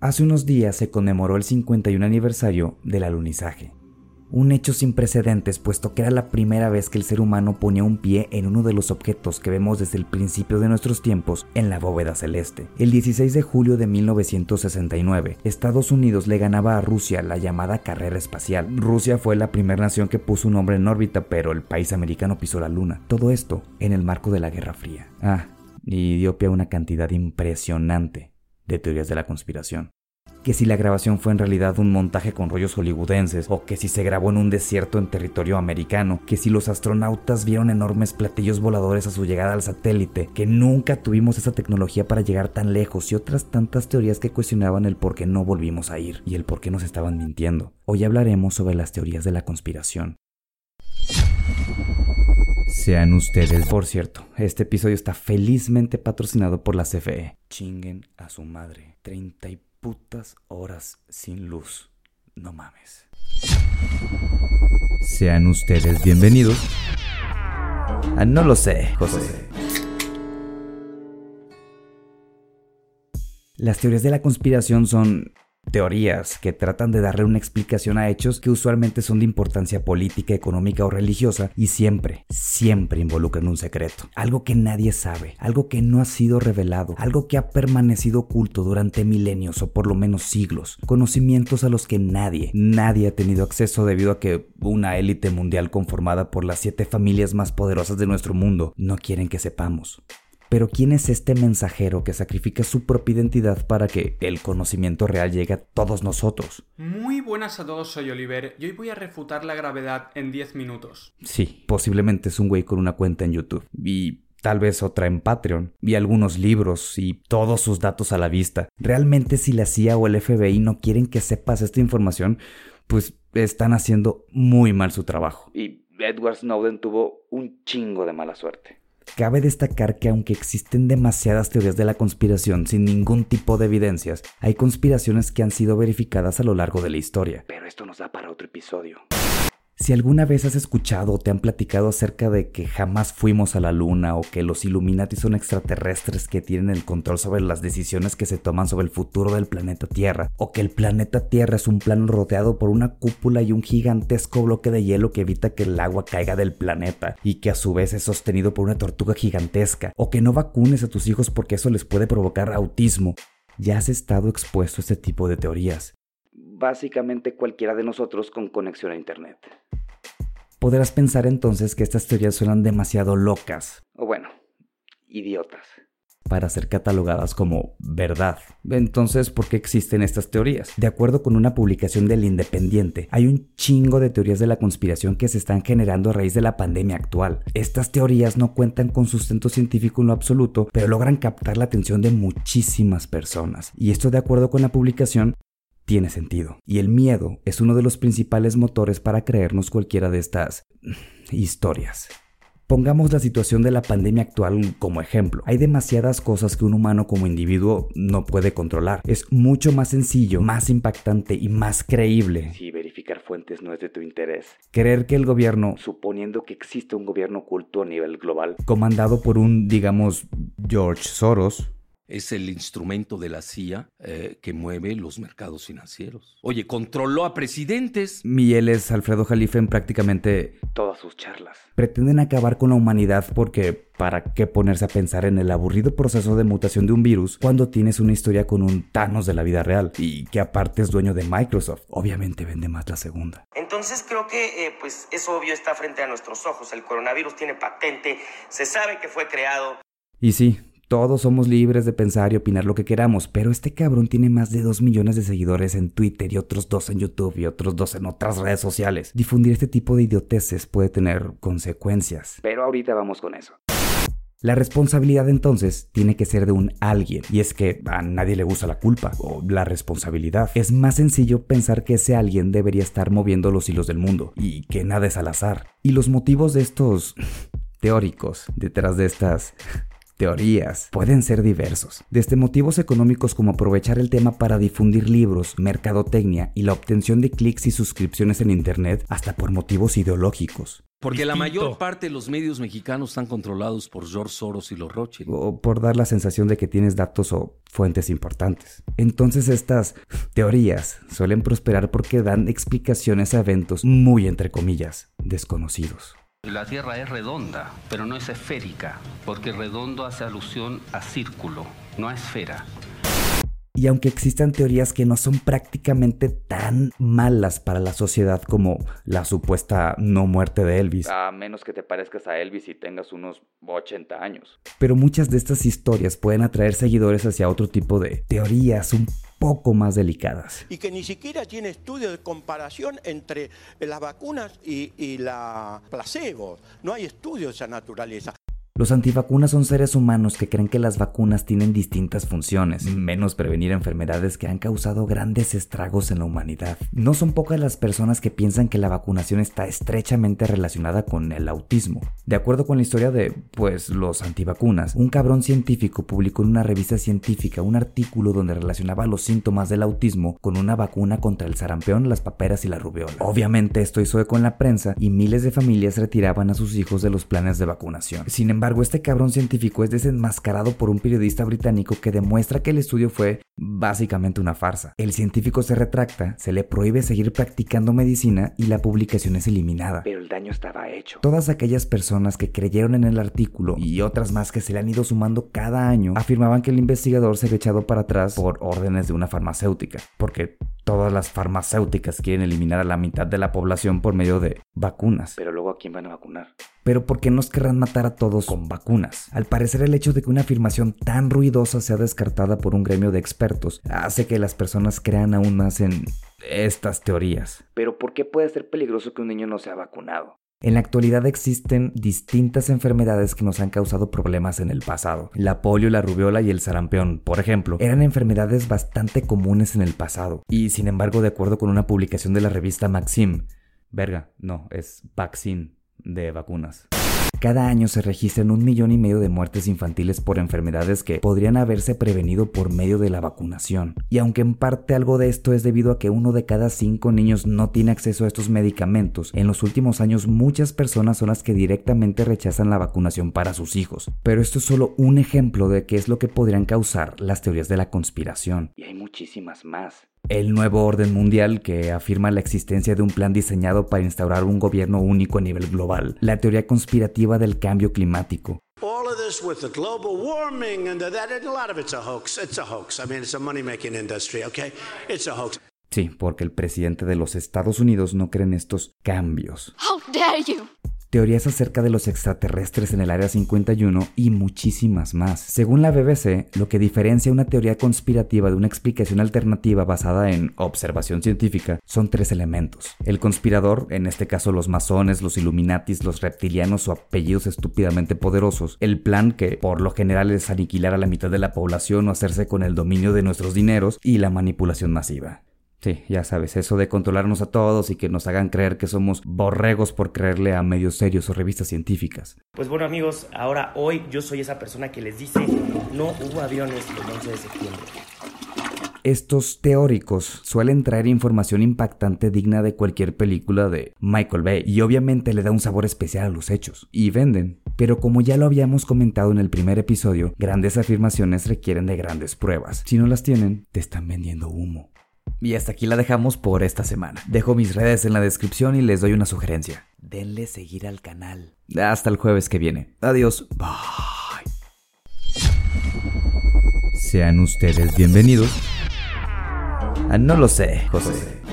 Hace unos días se conmemoró el 51 aniversario del alunizaje. Un hecho sin precedentes, puesto que era la primera vez que el ser humano ponía un pie en uno de los objetos que vemos desde el principio de nuestros tiempos en la bóveda celeste. El 16 de julio de 1969, Estados Unidos le ganaba a Rusia la llamada carrera espacial. Rusia fue la primera nación que puso un hombre en órbita, pero el país americano pisó la luna. Todo esto en el marco de la Guerra Fría. Y dio pie a una cantidad impresionante de teorías de la conspiración. Que si la grabación fue en realidad un montaje con rollos hollywoodenses, o que si se grabó en un desierto en territorio americano, que si los astronautas vieron enormes platillos voladores a su llegada al satélite, que nunca tuvimos esa tecnología para llegar tan lejos, y otras tantas teorías que cuestionaban el por qué no volvimos a ir y el por qué nos estaban mintiendo. Hoy hablaremos sobre las teorías de la conspiración. Sean ustedes. Por cierto, este episodio está felizmente patrocinado por la CFE. Chinguen a su madre. 30 y putas horas sin luz. No mames. Sean ustedes bienvenidos. No lo sé, José. Las teorías de la conspiración son teorías que tratan de darle una explicación a hechos que usualmente son de importancia política, económica o religiosa y siempre involucran un secreto. Algo que nadie sabe, algo que no ha sido revelado, algo que ha permanecido oculto durante milenios o por lo menos siglos. Conocimientos a los que nadie ha tenido acceso debido a que una élite mundial conformada por las 7 familias más poderosas de nuestro mundo no quieren que sepamos. Pero ¿quién es este mensajero que sacrifica su propia identidad para que el conocimiento real llegue a todos nosotros? Muy buenas a todos, soy Oliver y hoy voy a refutar la gravedad en 10 minutos. Sí, posiblemente es un güey con una cuenta en YouTube y tal vez otra en Patreon y algunos libros y todos sus datos a la vista. Realmente si la CIA o el FBI no quieren que sepas esta información, pues están haciendo muy mal su trabajo. Y Edward Snowden tuvo un chingo de mala suerte. Cabe destacar que aunque existen demasiadas teorías de la conspiración sin ningún tipo de evidencias, hay conspiraciones que han sido verificadas a lo largo de la historia. Pero esto nos da para otro episodio. Si alguna vez has escuchado o te han platicado acerca de que jamás fuimos a la luna o que los Illuminati son extraterrestres que tienen el control sobre las decisiones que se toman sobre el futuro del planeta Tierra, o que el planeta Tierra es un plano rodeado por una cúpula y un gigantesco bloque de hielo que evita que el agua caiga del planeta y que a su vez es sostenido por una tortuga gigantesca, o que no vacunes a tus hijos porque eso les puede provocar autismo, ya has estado expuesto a este tipo de teorías. Básicamente cualquiera de nosotros con conexión a internet. Podrás pensar entonces que estas teorías suenan demasiado locas, o bueno, idiotas, para ser catalogadas como verdad. Entonces, ¿por qué existen estas teorías? De acuerdo con una publicación del Independiente, hay un chingo de teorías de la conspiración que se están generando a raíz de la pandemia actual. Estas teorías no cuentan con sustento científico en lo absoluto, pero logran captar la atención de muchísimas personas. Y esto, de acuerdo con la publicación, tiene sentido. Y el miedo es uno de los principales motores para creernos cualquiera de estas historias. Pongamos la situación de la pandemia actual como ejemplo. Hay demasiadas cosas que un humano como individuo no puede controlar. Es mucho más sencillo, más impactante y más creíble, si verificar fuentes no es de tu interés, creer que el gobierno, suponiendo que existe un gobierno oculto a nivel global, comandado por un, digamos, George Soros, es el instrumento de la CIA que mueve los mercados financieros. Oye, controló a presidentes. Y él es Alfredo Jalife en prácticamente todas sus charlas. Pretenden acabar con la humanidad porque ¿para qué ponerse a pensar en el aburrido proceso de mutación de un virus cuando tienes una historia con un Thanos de la vida real y que aparte es dueño de Microsoft? Obviamente vende más la segunda. Entonces creo que pues es obvio, está frente a nuestros ojos. El coronavirus tiene patente, se sabe que fue creado. Y sí, todos somos libres de pensar y opinar lo que queramos, pero este cabrón tiene más de 2 millones de seguidores en Twitter y otros 2 en YouTube y otros 2 en otras redes sociales. Difundir este tipo de idioteces puede tener consecuencias. Pero ahorita vamos con eso. La responsabilidad entonces tiene que ser de un alguien, y es que a nadie le gusta la culpa o la responsabilidad. Es más sencillo pensar que ese alguien debería estar moviendo los hilos del mundo y que nada es al azar. Y los motivos de estos teóricos detrás de estas teorías pueden ser diversos, desde motivos económicos como aprovechar el tema para difundir libros, mercadotecnia y la obtención de clics y suscripciones en internet, hasta por motivos ideológicos. Porque distinto. la mayor parte de los medios mexicanos están controlados por George Soros y los Rothschild. O por dar la sensación de que tienes datos o fuentes importantes. Entonces estas teorías suelen prosperar porque dan explicaciones a eventos muy, entre comillas, desconocidos. La Tierra es redonda, pero no es esférica, porque redondo hace alusión a círculo, no a esfera. Y aunque existan teorías que no son prácticamente tan malas para la sociedad como la supuesta no muerte de Elvis, a menos que te parezcas a Elvis y tengas unos 80 años. Pero muchas de estas historias pueden atraer seguidores hacia otro tipo de teorías un poco más delicadas. Y que ni siquiera tiene estudio de comparación entre las vacunas y la placebo. No hay estudio de esa naturaleza. Los antivacunas son seres humanos que creen que las vacunas tienen distintas funciones, menos prevenir enfermedades que han causado grandes estragos en la humanidad. No son pocas las personas que piensan que la vacunación está estrechamente relacionada con el autismo. De acuerdo con la historia de, los antivacunas, un cabrón científico publicó en una revista científica un artículo donde relacionaba los síntomas del autismo con una vacuna contra el sarampión, las paperas y la rubiola. Obviamente esto hizo eco en la prensa y miles de familias retiraban a sus hijos de los planes de vacunación. Sin embargo, este cabrón científico es desenmascarado por un periodista británico que demuestra que el estudio fue básicamente una farsa. El científico se retracta, se le prohíbe seguir practicando medicina y la publicación es eliminada. Pero el daño estaba hecho. Todas aquellas personas que creyeron en el artículo y otras más que se le han ido sumando cada año afirmaban que el investigador se había echado para atrás por órdenes de una farmacéutica, porque todas las farmacéuticas quieren eliminar a la mitad de la población por medio de vacunas. Pero luego, ¿a quién van a vacunar? Pero ¿por qué nos querrán matar a todos con vacunas? Al parecer, el hecho de que una afirmación tan ruidosa sea descartada por un gremio de expertos hace que las personas crean aún más en estas teorías. Pero ¿por qué puede ser peligroso que un niño no sea vacunado? En la actualidad existen distintas enfermedades que nos han causado problemas en el pasado. La polio, la rubiola y el sarampión, por ejemplo, eran enfermedades bastante comunes en el pasado. Y sin embargo, de acuerdo con una publicación de la revista Maxim, es Vaccine de vacunas. Cada año se registran 1,5 millones de muertes infantiles por enfermedades que podrían haberse prevenido por medio de la vacunación. Y aunque en parte algo de esto es debido a que 1 de cada 5 niños no tiene acceso a estos medicamentos, en los últimos años muchas personas son las que directamente rechazan la vacunación para sus hijos. Pero esto es solo un ejemplo de qué es lo que podrían causar las teorías de la conspiración. Y hay muchísimas más. El nuevo orden mundial, que afirma la existencia de un plan diseñado para instaurar un gobierno único a nivel global. La teoría conspirativa del cambio climático. All of this with the global warming and that, a lot of it's a hoax. It's a hoax. I mean, it's a money-making industry, okay? It's a hoax. Sí, porque el presidente de los Estados Unidos no cree en estos cambios. How dare you? Teorías acerca de los extraterrestres en el Área 51 y muchísimas más. Según la BBC, lo que diferencia una teoría conspirativa de una explicación alternativa basada en observación científica son 3 elementos. El conspirador, en este caso los masones, los Illuminatis, los reptilianos o apellidos estúpidamente poderosos. El plan, que por lo general es aniquilar a la mitad de la población o hacerse con el dominio de nuestros dineros. Y la manipulación masiva. Sí, ya sabes, eso de controlarnos a todos y que nos hagan creer que somos borregos por creerle a medios serios o revistas científicas. Pues bueno, amigos, hoy yo soy esa persona que les dice no hubo aviones el 11 de septiembre. Estos teóricos suelen traer información impactante digna de cualquier película de Michael Bay y obviamente le da un sabor especial a los hechos y venden. Pero como ya lo habíamos comentado en el primer episodio, grandes afirmaciones requieren de grandes pruebas. Si no las tienen, te están vendiendo humo. Y hasta aquí la dejamos por esta semana. Dejo mis redes en la descripción y les doy una sugerencia. Denle seguir al canal. Hasta el jueves que viene. Adiós. Bye. Sean ustedes bienvenidos. No lo sé, José.